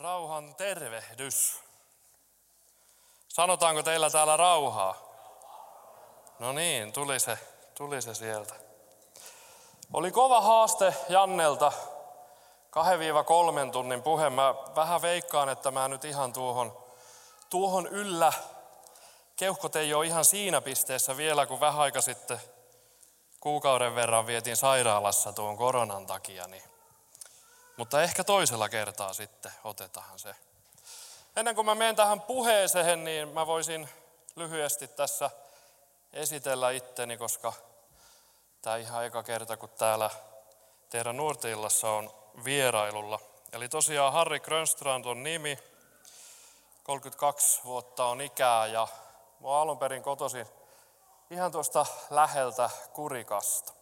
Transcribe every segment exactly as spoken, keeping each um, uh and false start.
Rauhan tervehdys. Sanotaanko teillä täällä rauhaa? No niin, tuli se, tuli se sieltä. Oli kova haaste Jannelta, kahden kolmen tunnin puhe. Mä vähän veikkaan, että mä nyt ihan tuohon, tuohon yllä. Keuhkot ei ole ihan siinä pisteessä vielä, kun vähän aika sitten kuukauden verran vietin sairaalassa tuon koronan takia. Niin. Mutta ehkä toisella kertaa sitten otetaan se. Ennen kuin mä menen tähän puheeseen, niin mä voisin lyhyesti tässä esitellä itteni, koska tämä ihan eka kerta, kun täällä teidän nuortillassa on vierailulla. Eli tosiaan Harri Grönstrand on nimi, kolmekymmentäkaksi vuotta on ikää ja mä oon alun perin kotoisin ihan tuosta läheltä Kurikasta.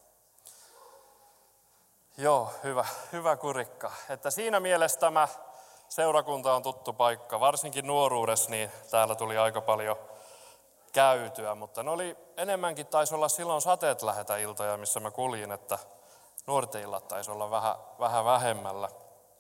Joo, hyvä, hyvä Kurikka. Että siinä mielessä tämä seurakunta on tuttu paikka, varsinkin nuoruudessa, niin täällä tuli aika paljon käytyä, mutta ne oli enemmänkin, taisi olla silloin sateet lähetä iltoja, missä mä kuljin, että nuorten illat taisi olla vähän, vähän vähemmällä.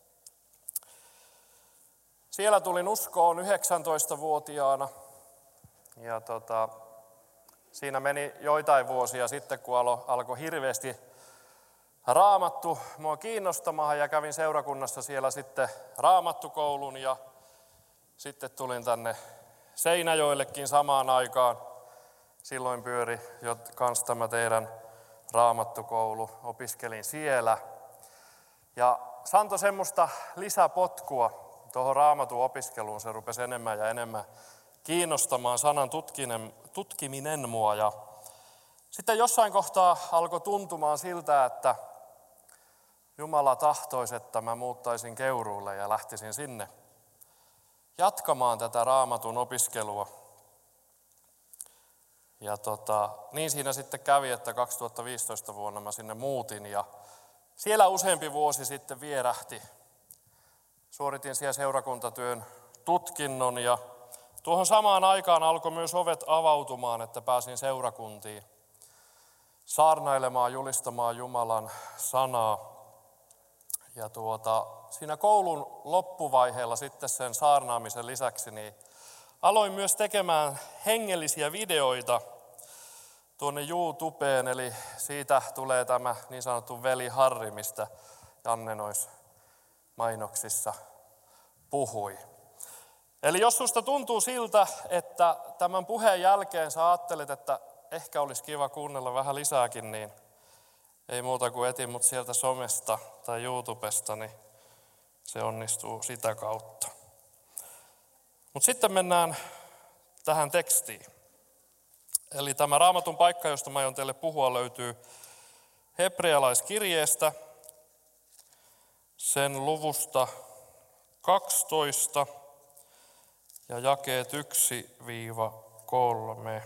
Siellä tulin uskoon yhdeksäntoistavuotiaana ja tota, siinä meni joitain vuosia sitten, kun alo, alkoi hirveästi Raamattu mua kiinnostamaan ja kävin seurakunnassa siellä sitten Raamattukoulun ja sitten tulin tänne Seinäjoellekin samaan aikaan. Silloin pyöri jo kans tämä teidän Raamattukoulu, opiskelin siellä. Ja se antoi semmoista lisäpotkua tuohon Raamatun opiskeluun, se rupesi enemmän ja enemmän kiinnostamaan sanan tutkinen, tutkiminen mua. Ja sitten jossain kohtaa alkoi tuntumaan siltä, että Jumala tahtoisi, että mä muuttaisin Keuruulle ja lähtisin sinne jatkamaan tätä Raamatun opiskelua. Ja tota, niin siinä sitten kävi, että kaksituhattaviisitoista vuonna mä sinne muutin ja siellä useampi vuosi sitten vierähti. Suoritin siellä seurakuntatyön tutkinnon ja tuohon samaan aikaan alkoi myös ovet avautumaan, että pääsin seurakuntiin saarnailemaan, julistamaan Jumalan sanaa. Ja tuota, siinä koulun loppuvaiheella sitten sen saarnaamisen lisäksi niin aloin myös tekemään hengellisiä videoita tuonne YouTubeen, eli siitä tulee tämä niin sanottu veli Harri, mistä Janne noissa mainoksissa puhui. Eli jos susta tuntuu siltä, että tämän puheen jälkeen sä ajattelet, että ehkä olisi kiva kuunnella vähän lisääkin, niin ei muuta kuin etin mut sieltä somesta tai YouTubesta, niin se onnistuu sitä kautta. Mutta sitten mennään tähän tekstiin. Eli tämä Raamatun paikka, josta mä aion teille puhua, löytyy hebrealaiskirjeestä, sen luvusta kaksitoista ja jakeet yksi kolme.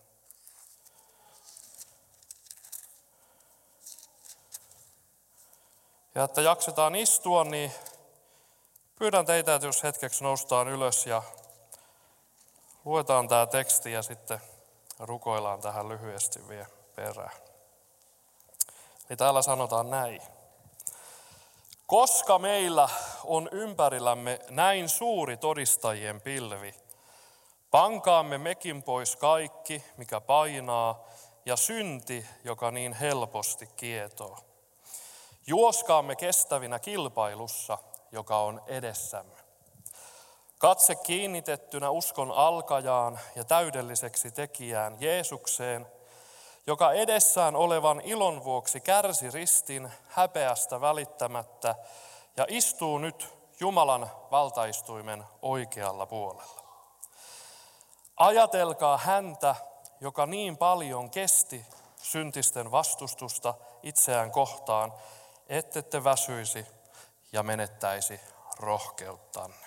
Ja että jaksetaan istua, niin pyydän teitä, että jos hetkeksi noustaan ylös ja luetaan tämä teksti ja sitten rukoillaan tähän lyhyesti vielä perään. Eli täällä sanotaan näin. Koska meillä on ympärillämme näin suuri todistajien pilvi, pankaamme mekin pois kaikki, mikä painaa, ja synti, joka niin helposti kietoo. Juoskaamme kestävinä kilpailussa, joka on edessämme. Katse kiinnitettynä uskon alkajaan ja täydelliseksi tekijään Jeesukseen, joka edessään olevan ilon vuoksi kärsi ristin häpeästä välittämättä ja istuu nyt Jumalan valtaistuimen oikealla puolella. Ajatelkaa häntä, joka niin paljon kesti syntisten vastustusta itseään kohtaan, ettette väsyisi ja menettäisi rohkeuttanne.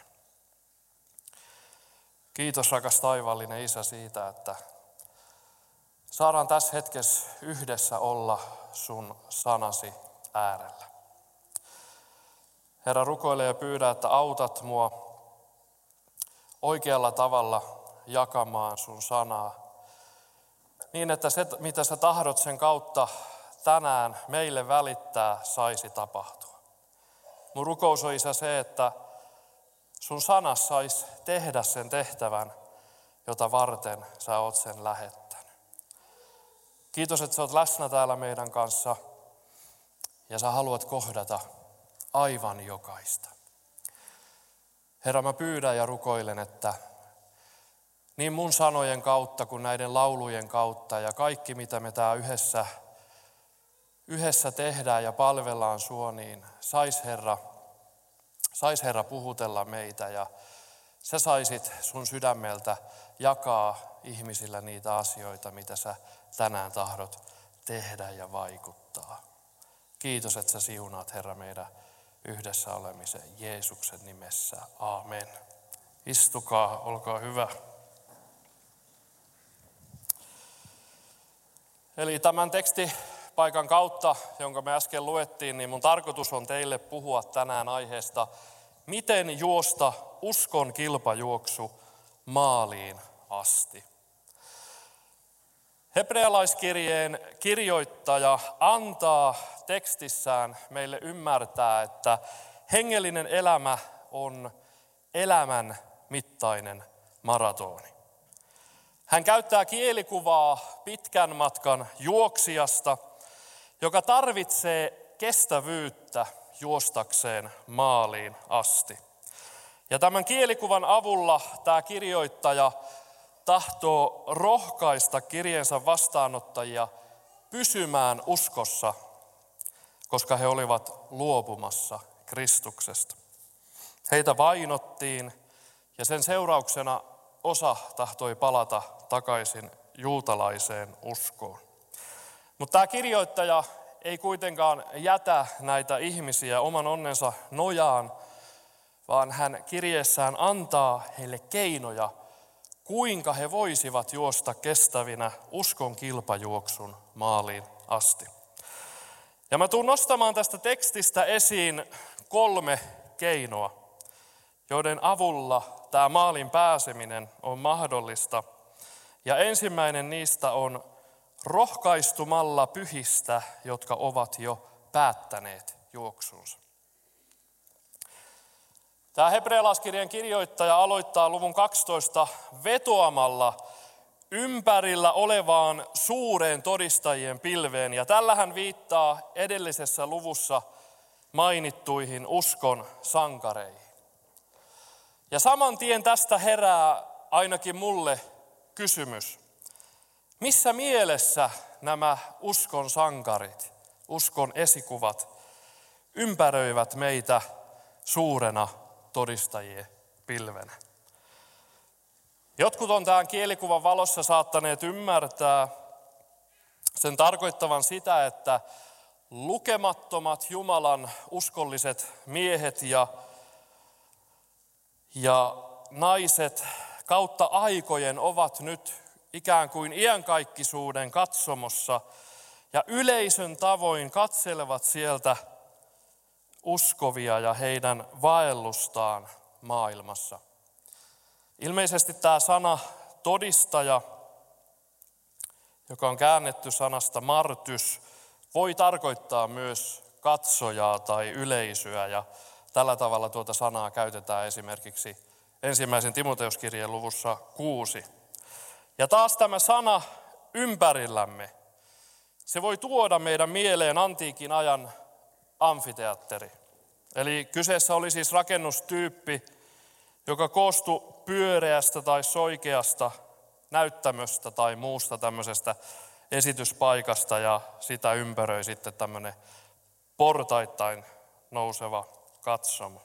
Kiitos rakas taivaallinen Isä siitä, että saadaan tässä hetkessä yhdessä olla sun sanasi äärellä. Herra, rukoile ja pyydä, että autat mua oikealla tavalla jakamaan sun sanaa. Niin, että se, mitä sä tahdot sen kautta tänään meille välittää, saisi tapahtua. Mun rukous on, Isä, se, että sun sana sais tehdä sen tehtävän, jota varten sä oot sen lähettänyt. Kiitos, että sä oot läsnä täällä meidän kanssa ja sä haluat kohdata aivan jokaista. Herra, mä pyydän ja rukoilen, että niin mun sanojen kautta kuin näiden laulujen kautta ja kaikki mitä me tää yhdessä, yhdessä tehdään ja palvellaan sua, niin sais Herra, sais Herra puhutella meitä ja sä saisit sun sydämeltä jakaa ihmisillä niitä asioita, mitä sä tänään tahdot tehdä ja vaikuttaa. Kiitos, että sä siunaat, Herra, meidän yhdessä olemisen Jeesuksen nimessä. Aamen. Istukaa, olkaa hyvä. Eli tämän tekstipaikan kautta, jonka me äsken luettiin, niin mun tarkoitus on teille puhua tänään aiheesta, miten juosta uskon kilpajuoksu maaliin asti. Hebrealaiskirjeen kirjoittaja antaa tekstissään meille ymmärtää, että hengellinen elämä on elämän mittainen maratoni. Hän käyttää kielikuvaa pitkän matkan juoksijasta, joka tarvitsee kestävyyttä juostakseen maaliin asti. Ja tämän kielikuvan avulla tämä kirjoittaja tahtoo rohkaista kirjeensä vastaanottajia pysymään uskossa, koska he olivat luopumassa Kristuksesta. Heitä vainottiin ja sen seurauksena osa tahtoi palata takaisin juutalaiseen uskoon. Mutta tämä kirjoittaja ei kuitenkaan jätä näitä ihmisiä oman onnensa nojaan, vaan hän kirjeessään antaa heille keinoja, kuinka he voisivat juosta kestävinä uskon kilpajuoksun maaliin asti. Ja mä tuun nostamaan tästä tekstistä esiin kolme keinoa, joiden avulla tämä maalin pääseminen on mahdollista. Ja ensimmäinen niistä on rohkaistumalla pyhistä, jotka ovat jo päättäneet juoksunsa. Tämä hebrealaiskirjan kirjoittaja aloittaa luvun kaksitoista vetoamalla ympärillä olevaan suureen todistajien pilveen. Ja tällä hän viittaa edellisessä luvussa mainittuihin uskon sankareihin. Ja saman tien tästä herää ainakin mulle kysymys. Missä mielessä nämä uskon sankarit, uskon esikuvat ympäröivät meitä suurena todistajien pilvenä? Jotkut on tämän kielikuvan valossa saattaneet ymmärtää sen tarkoittavan sitä, että lukemattomat Jumalan uskolliset miehet ja, ja naiset kautta aikojen ovat nyt ikään kuin iankaikkisuuden katsomossa ja yleisön tavoin katselevat sieltä uskovia ja heidän vaellustaan maailmassa. Ilmeisesti tämä sana todistaja, joka on käännetty sanasta martys, voi tarkoittaa myös katsojaa tai yleisöä. Ja tällä tavalla tuota sanaa käytetään esimerkiksi ensimmäisen Timoteuskirjeen luvussa kuusi. Ja taas tämä sana ympärillämme, se voi tuoda meidän mieleen antiikin ajan amfiteatteri. Eli kyseessä oli siis rakennustyyppi, joka koostui pyöreästä tai soikeasta näyttämöstä tai muusta tämmöisestä esityspaikasta ja sitä ympäröi sitten tämmöinen portaittain nouseva katsomo.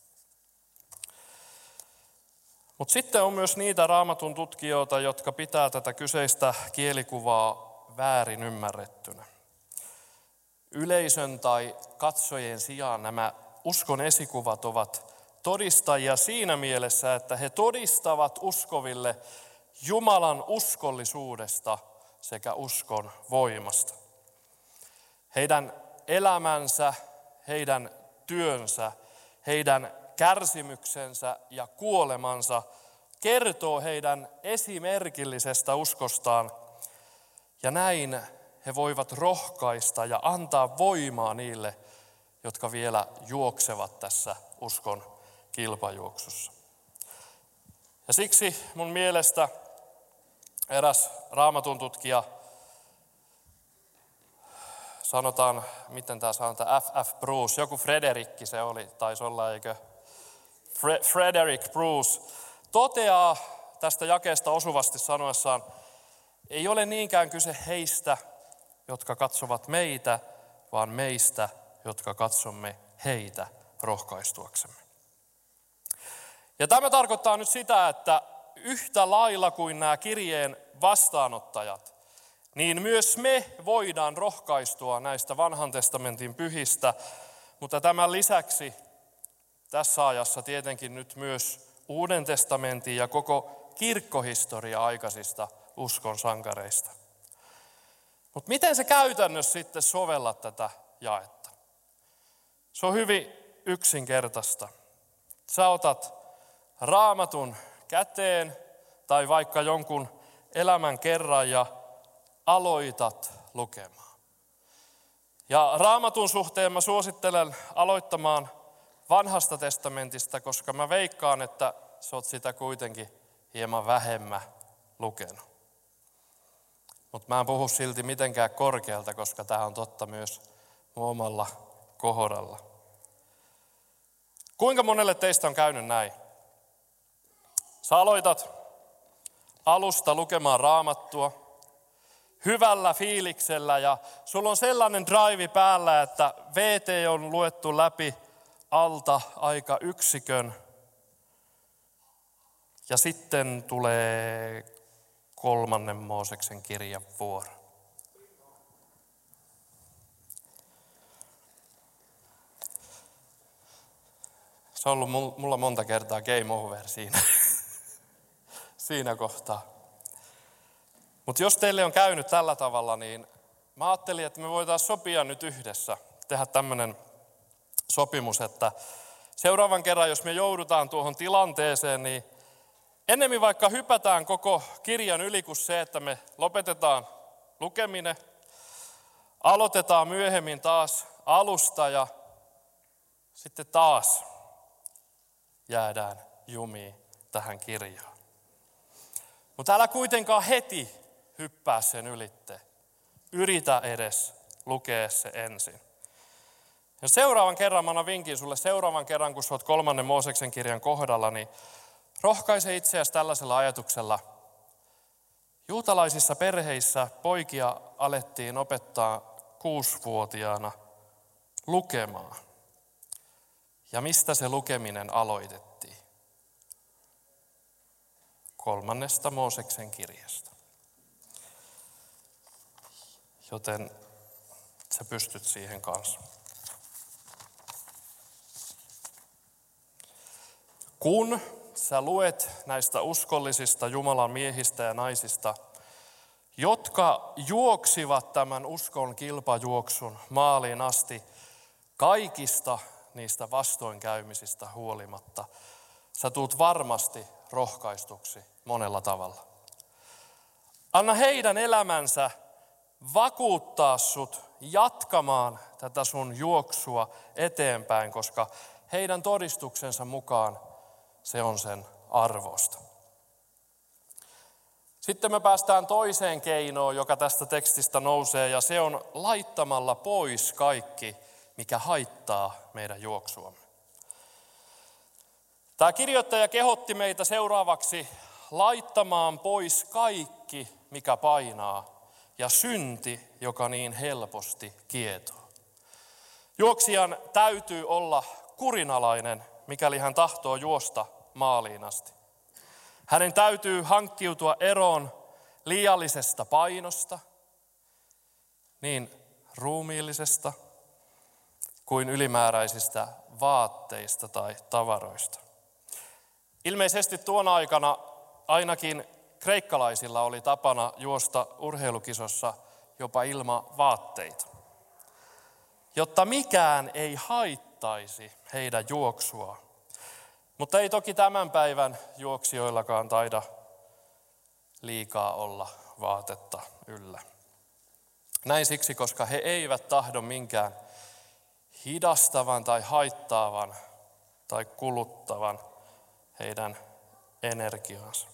Mutta sitten on myös niitä Raamatun tutkijoita, jotka pitää tätä kyseistä kielikuvaa väärin ymmärrettynä. Yleisön tai katsojien sijaan nämä uskon esikuvat ovat todistajia siinä mielessä, että he todistavat uskoville Jumalan uskollisuudesta sekä uskon voimasta. Heidän elämänsä, heidän työnsä, heidän kärsimyksensä ja kuolemansa kertoo heidän esimerkillisestä uskostaan. Ja näin he voivat rohkaista ja antaa voimaa niille, jotka vielä juoksevat tässä uskon kilpajuoksussa. Ja siksi mun mielestä eräs raamatun tutkija, sanotaan, miten tämä sanotaan, F F Bruce, joku Frederikki se oli, taisi olla, eikö? Fre- Frederick Bruce toteaa tästä jakeesta osuvasti sanoessaan, ei ole niinkään kyse heistä, jotka katsovat meitä, vaan meistä, jotka katsomme heitä rohkaistuaksemme. Ja tämä tarkoittaa nyt sitä, että yhtä lailla kuin nämä kirjeen vastaanottajat, niin myös me voidaan rohkaistua näistä vanhan testamentin pyhistä, mutta tämän lisäksi tässä ajassa tietenkin nyt myös Uuden testamentin ja koko kirkkohistoria aikaisista uskon sankareista. Mutta miten se käytännössä sitten sovella tätä jaetta? Se on hyvin yksinkertaista. Sä otat raamatun käteen tai vaikka jonkun elämän kerran ja aloitat lukemaan. Ja raamatun suhteen mä suosittelen aloittamaan vanhasta testamentista, koska mä veikkaan, että sä oot sitä kuitenkin hieman vähemmän lukenut. Mutta mä en puhu silti mitenkään korkealta, koska tämä on totta myös mun omalla kohdalla. Kuinka monelle teistä on käynyt näin? Sä aloitat alusta lukemaan raamattua hyvällä fiiliksellä ja sulla on sellainen drive päällä, että V T on luettu läpi alta aika yksikön ja sitten tulee kolmannen Mooseksen kirjan vuoro. Se on ollut mulla monta kertaa game over siinä, siinä kohtaa. Mutta jos teille on käynyt tällä tavalla, niin mä ajattelin, että me voitaisiin sopia nyt yhdessä, tehdä tämmöinen sopimus, että seuraavan kerran, jos me joudutaan tuohon tilanteeseen, niin ennemmin vaikka hypätään koko kirjan yli kuin se, että me lopetetaan lukeminen, aloitetaan myöhemmin taas alusta ja sitten taas jäädään jumiin tähän kirjaan. Mutta älä kuitenkaan heti hyppää sen ylitte. Yritä edes lukea se ensin. Ja seuraavan kerran, mä annan vinkin sulle, seuraavan kerran kun sä oot kolmannen Mooseksen kirjan kohdalla, niin rohkaise itseäsi tällaisella ajatuksella. Juutalaisissa perheissä poikia alettiin opettaa kuusivuotiaana lukemaan. Ja mistä se lukeminen aloitettiin? Kolmannesta Mooseksen kirjasta. Joten sä pystyt siihen kanssa. Kun sä luet näistä uskollisista Jumalan miehistä ja naisista, jotka juoksivat tämän uskon kilpajuoksun maaliin asti kaikista niistä vastoinkäymisistä huolimatta, sä tuut varmasti rohkaistuksi monella tavalla. Anna heidän elämänsä vakuuttaa sut jatkamaan tätä sun juoksua eteenpäin, koska heidän todistuksensa mukaan se on sen arvosta. Sitten me päästään toiseen keinoon, joka tästä tekstistä nousee, ja se on laittamalla pois kaikki, mikä haittaa meidän juoksuamme. Tämä kirjoittaja kehotti meitä seuraavaksi laittamaan pois kaikki, mikä painaa, ja synti, joka niin helposti kietoo. Juoksijan täytyy olla kurinalainen, mikäli hän tahtoo juosta maaliin asti. Hänen täytyy hankkiutua eroon liiallisesta painosta, niin ruumiillisesta kuin ylimääräisistä vaatteista tai tavaroista. Ilmeisesti tuona aikana ainakin kreikkalaisilla oli tapana juosta urheilukisossa jopa ilman vaatteita, jotta mikään ei haittaisi heidän juoksua. Mutta ei toki tämän päivän juoksijoillakaan taida liikaa olla vaatetta yllä. Näin siksi, koska he eivät tahdo minkään hidastavan tai haittaavan tai kuluttavan heidän energiaansa.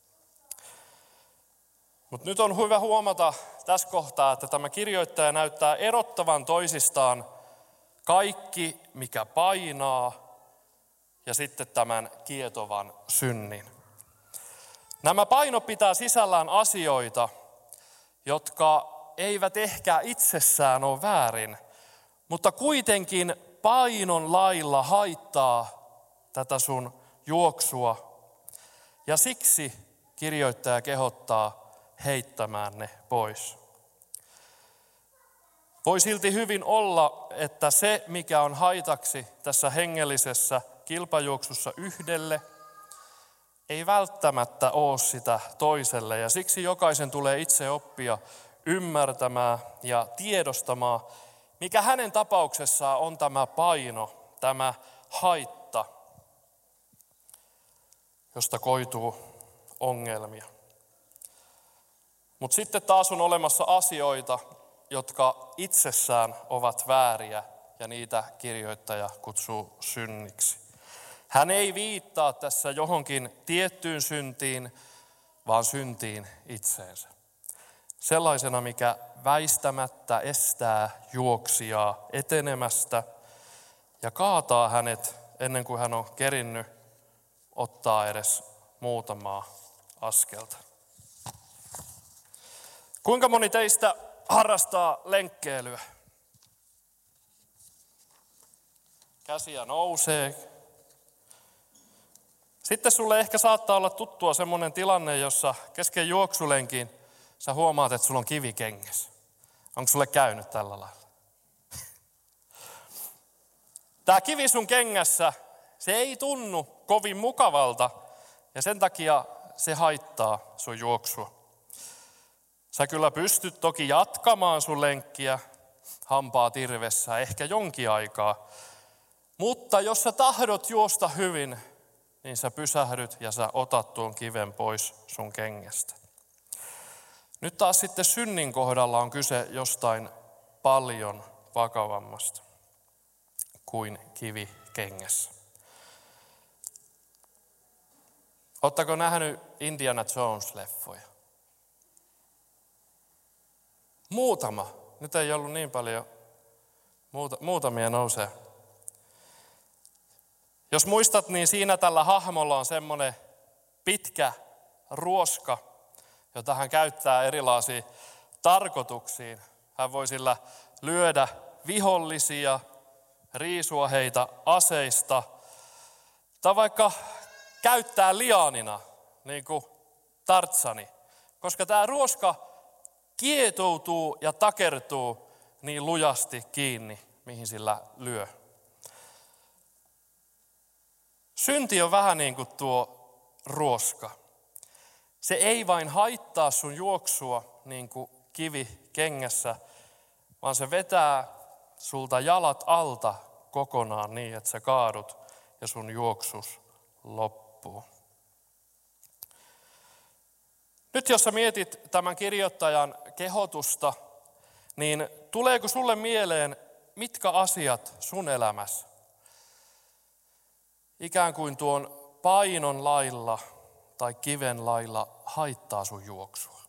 Mutta nyt on hyvä huomata tässä kohtaa, että tämä kirjoittaja näyttää erottavan toisistaan kaikki, mikä painaa, ja sitten tämän kietovan synnin. Nämä paino pitää sisällään asioita, jotka eivät ehkä itsessään ole väärin, mutta kuitenkin painon lailla haittaa tätä sun juoksua. Ja siksi kirjoittaja kehottaa heittämään ne pois. Voi silti hyvin olla, että se, mikä on haitaksi tässä hengellisessä kilpajuoksussa yhdelle, ei välttämättä ole sitä toiselle. Ja siksi jokaisen tulee itse oppia ymmärtämään ja tiedostamaan, mikä hänen tapauksessaan on tämä paino, tämä haitta, josta koituu ongelmia. Mutta sitten taas on olemassa asioita, jotka itsessään ovat vääriä, ja niitä kirjoittaja kutsuu synniksi. Hän ei viittaa tässä johonkin tiettyyn syntiin, vaan syntiin itseensä. Sellaisena, mikä väistämättä estää juoksijaa etenemästä ja kaataa hänet ennen kuin hän on kerinnyt ottaa edes muutamaa askelta. Kuinka moni teistä harrastaa lenkkeilyä? Käsiä nousee. Sitten sulle ehkä saattaa olla tuttua semmoinen tilanne, jossa kesken juoksulenkin sä huomaat, että sulla on kivi kengässä. Onko sulle käynyt tällä lailla? Tämä kivi sun kengässä, se ei tunnu kovin mukavalta ja sen takia se haittaa sun juoksua. Sä kyllä pystyt toki jatkamaan sun lenkkiä hampaa tirvessä ehkä jonkin aikaa, mutta jos sä tahdot juosta hyvin, niin sä pysähdyt ja sä otat tuon kiven pois sun kengästä. Nyt taas sitten synnin kohdalla on kyse jostain paljon vakavammasta kuin kivi kengässä. Oletteko nähnyt Indiana Jones-leffoja? Muutama. Nyt ei ollut niin paljon. Muuta, muutamia nousee. Jos muistat, niin siinä tällä hahmolla on semmoinen pitkä ruoska, jota hän käyttää erilaisiin tarkoituksiin. Hän voi sillä lyödä vihollisia, riisua heitä aseista, tai vaikka käyttää lianina, niin kuin Tarzani, koska tämä ruoska kietoutuu ja takertuu niin lujasti kiinni, mihin sillä lyö. Synti on vähän niin kuin tuo ruoska. Se ei vain haittaa sun juoksua niin kuin kivi kengässä, vaan se vetää sulta jalat alta kokonaan niin, että sä kaadut ja sun juoksus loppuu. Nyt jos sä mietit tämän kirjoittajan kehotusta, niin tuleeko sulle mieleen, mitkä asiat sun elämässä ikään kuin tuon painon lailla tai kiven lailla haittaa sun juoksua?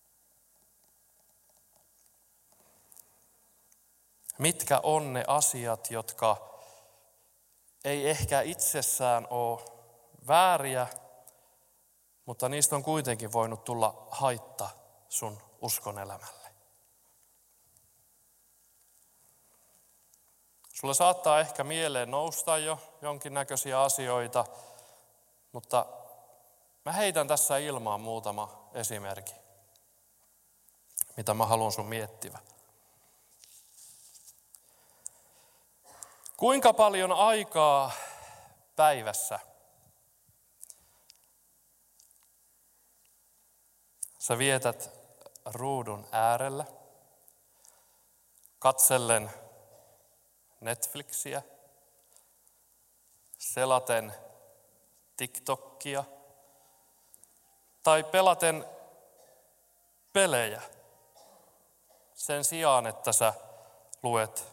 Mitkä on ne asiat, jotka ei ehkä itsessään ole vääriä, mutta niistä on kuitenkin voinut tulla haitta sun uskon elämälle? Sulla saattaa ehkä mieleen nousta jo jonkinnäköisiä asioita, mutta mä heitän tässä ilmaan muutama esimerkki, mitä mä haluan sun miettivä. Kuinka paljon aikaa päivässä sä vietät ruudun äärellä, katsellen Netflixiä, selaten TikTokia tai pelaten pelejä sen sijaan, että sä luet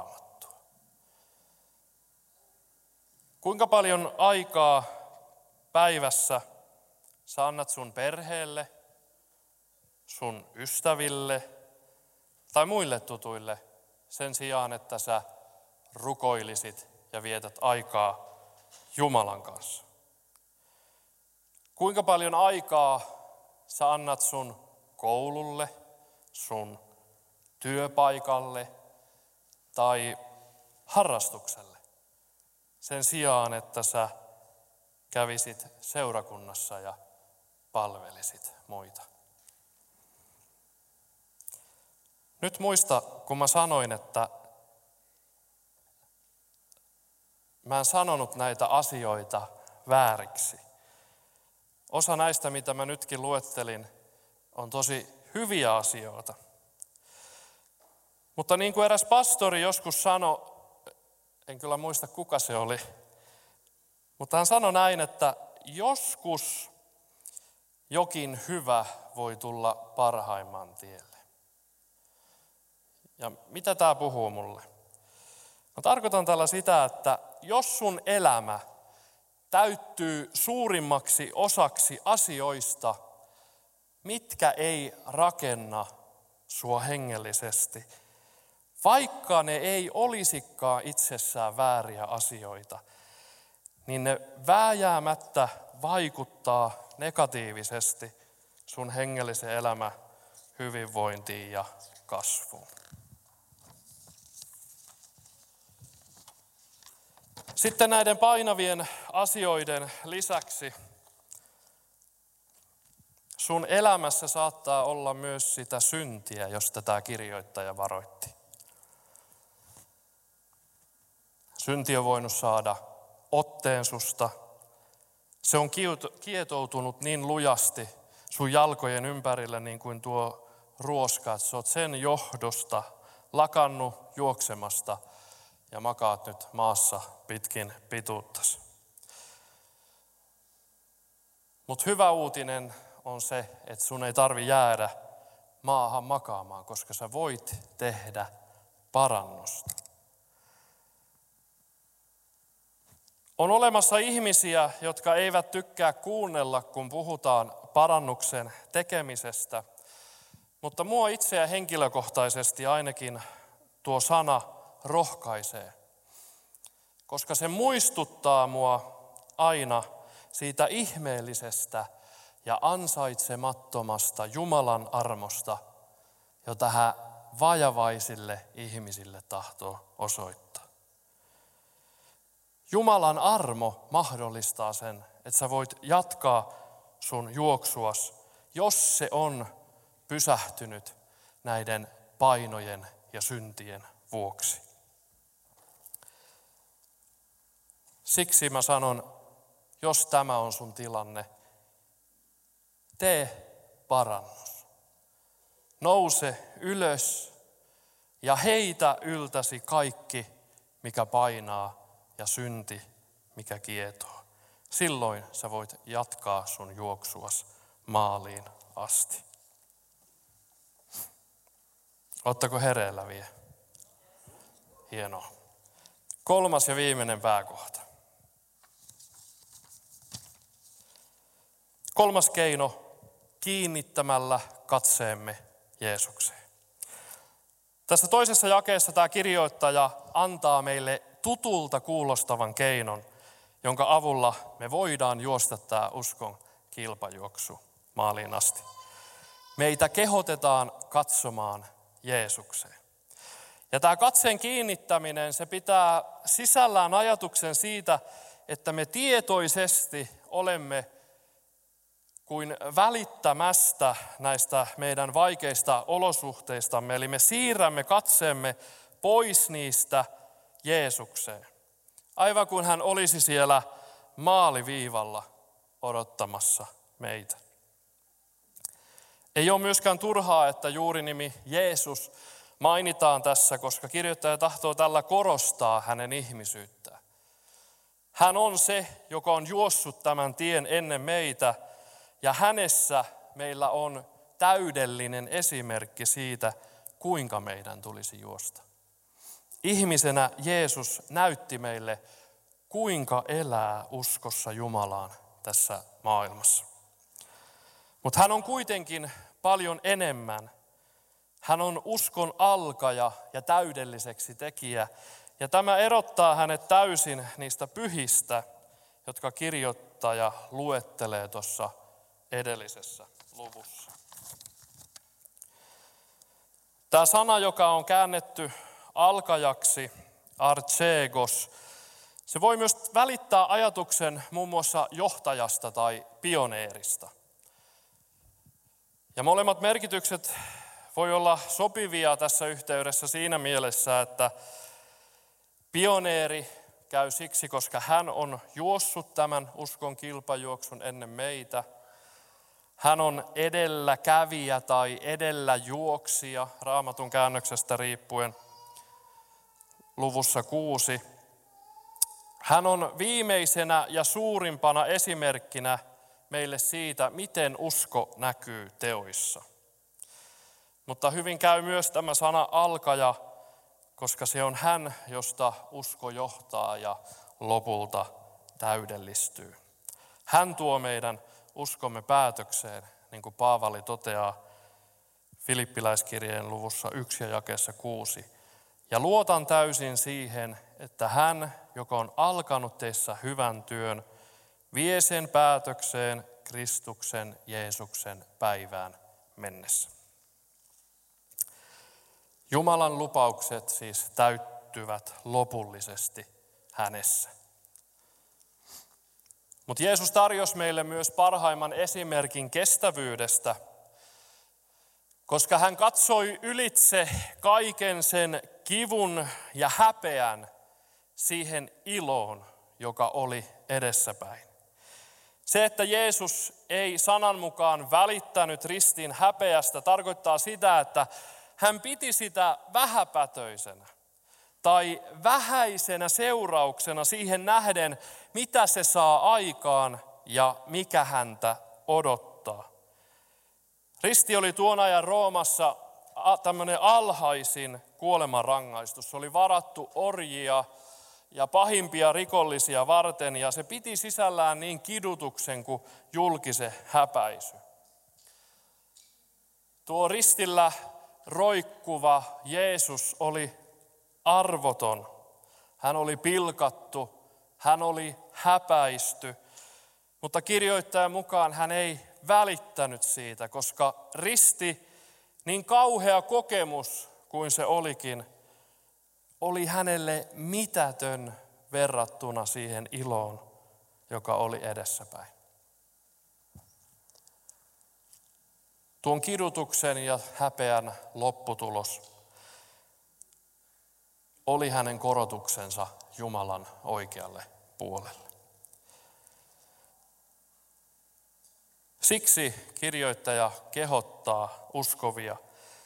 Raamattua? Kuinka paljon aikaa päivässä sä annat sun perheelle, sun ystäville tai muille tutuille sen sijaan, että sä rukoilisit ja vietät aikaa Jumalan kanssa? Kuinka paljon aikaa sä annat sun koululle, sun työpaikalle tai harrastukselle sen sijaan, että sä kävisit seurakunnassa ja palvelisit muita? Nyt muista, kun mä sanoin, että mä en sanonut näitä asioita vääriksi. Osa näistä, mitä mä nytkin luettelin, on tosi hyviä asioita. Mutta niin kuin eräs pastori joskus sanoi, en kyllä muista kuka se oli, mutta hän sanoi näin, että joskus jokin hyvä voi tulla parhaimman tielle. Ja mitä tämä puhuu mulle? Mä tarkoitan tällä sitä, että jos sun elämä täyttyy suurimmaksi osaksi asioista, mitkä ei rakenna sua hengellisesti, vaikka ne ei olisikaan itsessään vääriä asioita, niin ne vääjäämättä vaikuttaa negatiivisesti sun hengellisen elämän hyvinvointiin ja kasvuun. Sitten näiden painavien asioiden lisäksi sun elämässä saattaa olla myös sitä syntiä, josta tämä kirjoittaja varoitti. Synti on voinut saada otteen susta. Se on kietoutunut niin lujasti sun jalkojen ympärille niin kuin tuo ruoska, että sä oot sen johdosta lakannut juoksemasta ja makaat nyt maassa pitkin pituuttasi. Mutta hyvä uutinen on se, että sun ei tarvi jäädä maahan makaamaan, koska sä voit tehdä parannusta. On olemassa ihmisiä, jotka eivät tykkää kuunnella, kun puhutaan parannuksen tekemisestä, mutta mua itseä henkilökohtaisesti ainakin tuo sana rohkaisee, koska se muistuttaa mua aina siitä ihmeellisestä ja ansaitsemattomasta Jumalan armosta, jota hän vajavaisille ihmisille tahtoo osoittaa. Jumalan armo mahdollistaa sen, että sä voit jatkaa sun juoksuas, jos se on pysähtynyt näiden painojen ja syntien vuoksi. Siksi mä sanon, jos tämä on sun tilanne, tee parannus. Nouse ylös ja heitä yltäsi kaikki, mikä painaa, ja synti, mikä kietoo. Silloin sä voit jatkaa sun juoksuas maaliin asti. Ootteko hereillä vielä? Hienoa. Kolmas ja viimeinen pääkohta. Kolmas keino, kiinnittämällä katseemme Jeesukseen. Tässä toisessa jakeessa tämä kirjoittaja antaa meille tutulta kuulostavan keinon, jonka avulla me voidaan juosta tämä uskon kilpajuoksu maaliin asti. Meitä kehotetaan katsomaan Jeesukseen. Ja tämä katseen kiinnittäminen, se pitää sisällään ajatuksen siitä, että me tietoisesti olemme kuin välittämästä näistä meidän vaikeista olosuhteistamme. Eli me siirrämme katseemme pois niistä Jeesukseen. Aivan kuin hän olisi siellä maaliviivalla odottamassa meitä. Ei ole myöskään turhaa, että juurinimi Jeesus mainitaan tässä, koska kirjoittaja tahtoo tällä korostaa hänen ihmisyyttään. Hän on se, joka on juossut tämän tien ennen meitä, ja hänessä meillä on täydellinen esimerkki siitä, kuinka meidän tulisi juosta. Ihmisenä Jeesus näytti meille, kuinka elää uskossa Jumalaan tässä maailmassa. Mutta hän on kuitenkin paljon enemmän. Hän on uskon alkaja ja täydelliseksi tekijä. Ja tämä erottaa hänet täysin niistä pyhistä, jotka kirjoittaja luettelee tuossa edellisessä luvussa. Tämä sana, joka on käännetty alkajaksi, archegos, se voi myös välittää ajatuksen muun muassa johtajasta tai pioneerista. Ja molemmat merkitykset voi olla sopivia tässä yhteydessä siinä mielessä, että pioneeri käy siksi, koska hän on juossut tämän uskon kilpajuoksun ennen meitä. Hän on edelläkävijä tai edelläjuoksija, Raamatun käännöksestä riippuen, luvussa kuusi. Hän on viimeisenä ja suurimpana esimerkkinä meille siitä, miten usko näkyy teoissa. Mutta hyvin käy myös tämä sana alkaja, koska se on hän, josta usko johtaa ja lopulta täydellistyy. Hän tuo meidän uskomme päätökseen, niin kuin Paavali toteaa Filippiläiskirjeen luvussa yksi ja jakeessa kuusi. Ja luotan täysin siihen, että hän, joka on alkanut teissä hyvän työn, vie sen päätökseen Kristuksen Jeesuksen päivään mennessä. Jumalan lupaukset siis täyttyvät lopullisesti hänessä. Mutta Jeesus tarjosi meille myös parhaimman esimerkin kestävyydestä, koska hän katsoi ylitse kaiken sen kivun ja häpeän siihen iloon, joka oli edessäpäin. Se, että Jeesus ei sanan mukaan välittänyt ristin häpeästä, tarkoittaa sitä, että hän piti sitä vähäpätöisenä tai vähäisenä seurauksena siihen nähden, mitä se saa aikaan ja mikä häntä odottaa. Risti oli tuon ajan Roomassa tämmöinen alhaisin kuolemanrangaistus. Se oli varattu orjia ja pahimpia rikollisia varten, ja se piti sisällään niin kidutuksen kuin julkisen häpäisy. Tuo ristillä roikkuva Jeesus oli arvoton. Hän oli pilkattu, hän oli häpäisty, mutta kirjoittajan mukaan hän ei välittänyt siitä, koska risti, niin kauhea kokemus kuin se olikin, oli hänelle mitätön verrattuna siihen iloon, joka oli edessäpäin. Tuon kidutuksen ja häpeän lopputulos oli hänen korotuksensa Jumalan oikealle puolelle. Siksi kirjoittaja kehottaa uskovia,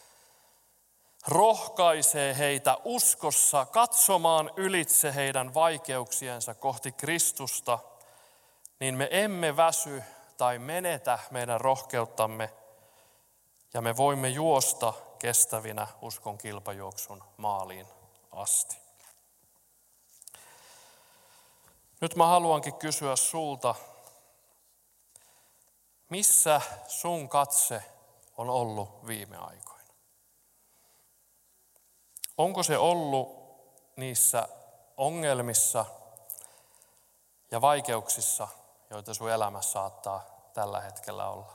rohkaisee heitä uskossa katsomaan ylitse heidän vaikeuksiensa kohti Kristusta, niin me emme väsy tai menetä meidän rohkeuttamme ja me voimme juosta kestävinä uskon kilpajuoksun maaliin asti. Nyt mä haluankin kysyä sulta, missä sun katse on ollut viime aikoina? Onko se ollut niissä ongelmissa ja vaikeuksissa, joita sun elämässä saattaa tällä hetkellä olla?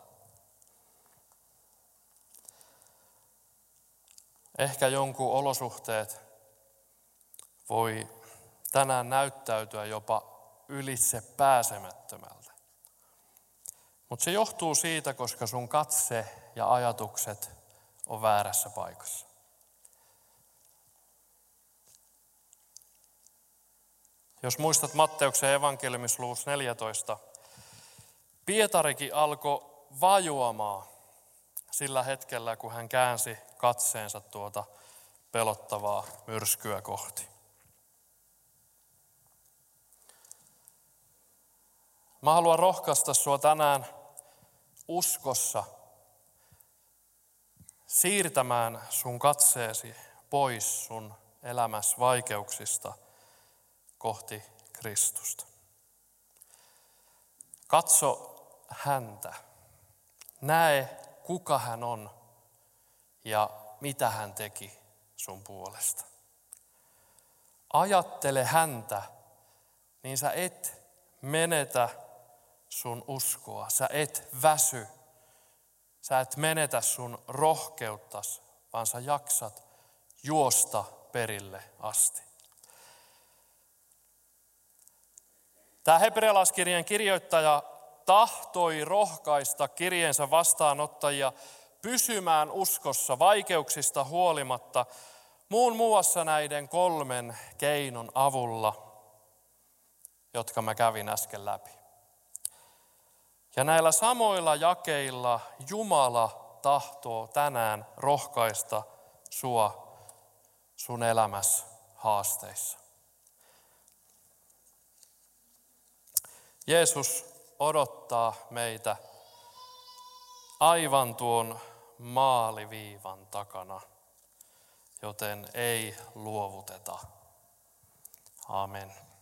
Ehkä jonkun olosuhteet voi tänään näyttäytyä jopa ylitse pääsemättömältä. Mutta se johtuu siitä, koska sun katse ja ajatukset on väärässä paikassa. Jos muistat Matteuksen evankeliumissa luvussa neljätoista, Pietarikin alkoi vajoamaan sillä hetkellä, kun hän käänsi katseensa tuota pelottavaa myrskyä kohti. Mä haluan rohkaista sua tänään uskossa siirtämään sun katseesi pois sun elämässä vaikeuksista kohti Kristusta. Katso häntä. Näe, kuka hän on ja mitä hän teki sun puolesta. Ajattele häntä, niin sä et menetä sun uskoa. Sä et väsy. Sä et menetä sun rohkeuttas, vaan sä jaksat juosta perille asti. Tämä hebrealaiskirjeen kirjoittaja tahtoi rohkaista kirjeensä vastaanottajia pysymään uskossa vaikeuksista huolimatta muun muassa näiden kolmen keinon avulla, jotka mä kävin äsken läpi. Ja näillä samoilla jakeilla Jumala tahtoo tänään rohkaista sua sun elämässä haasteissa. Jeesus odottaa meitä aivan tuon maaliviivan takana, joten ei luovuteta. Amen.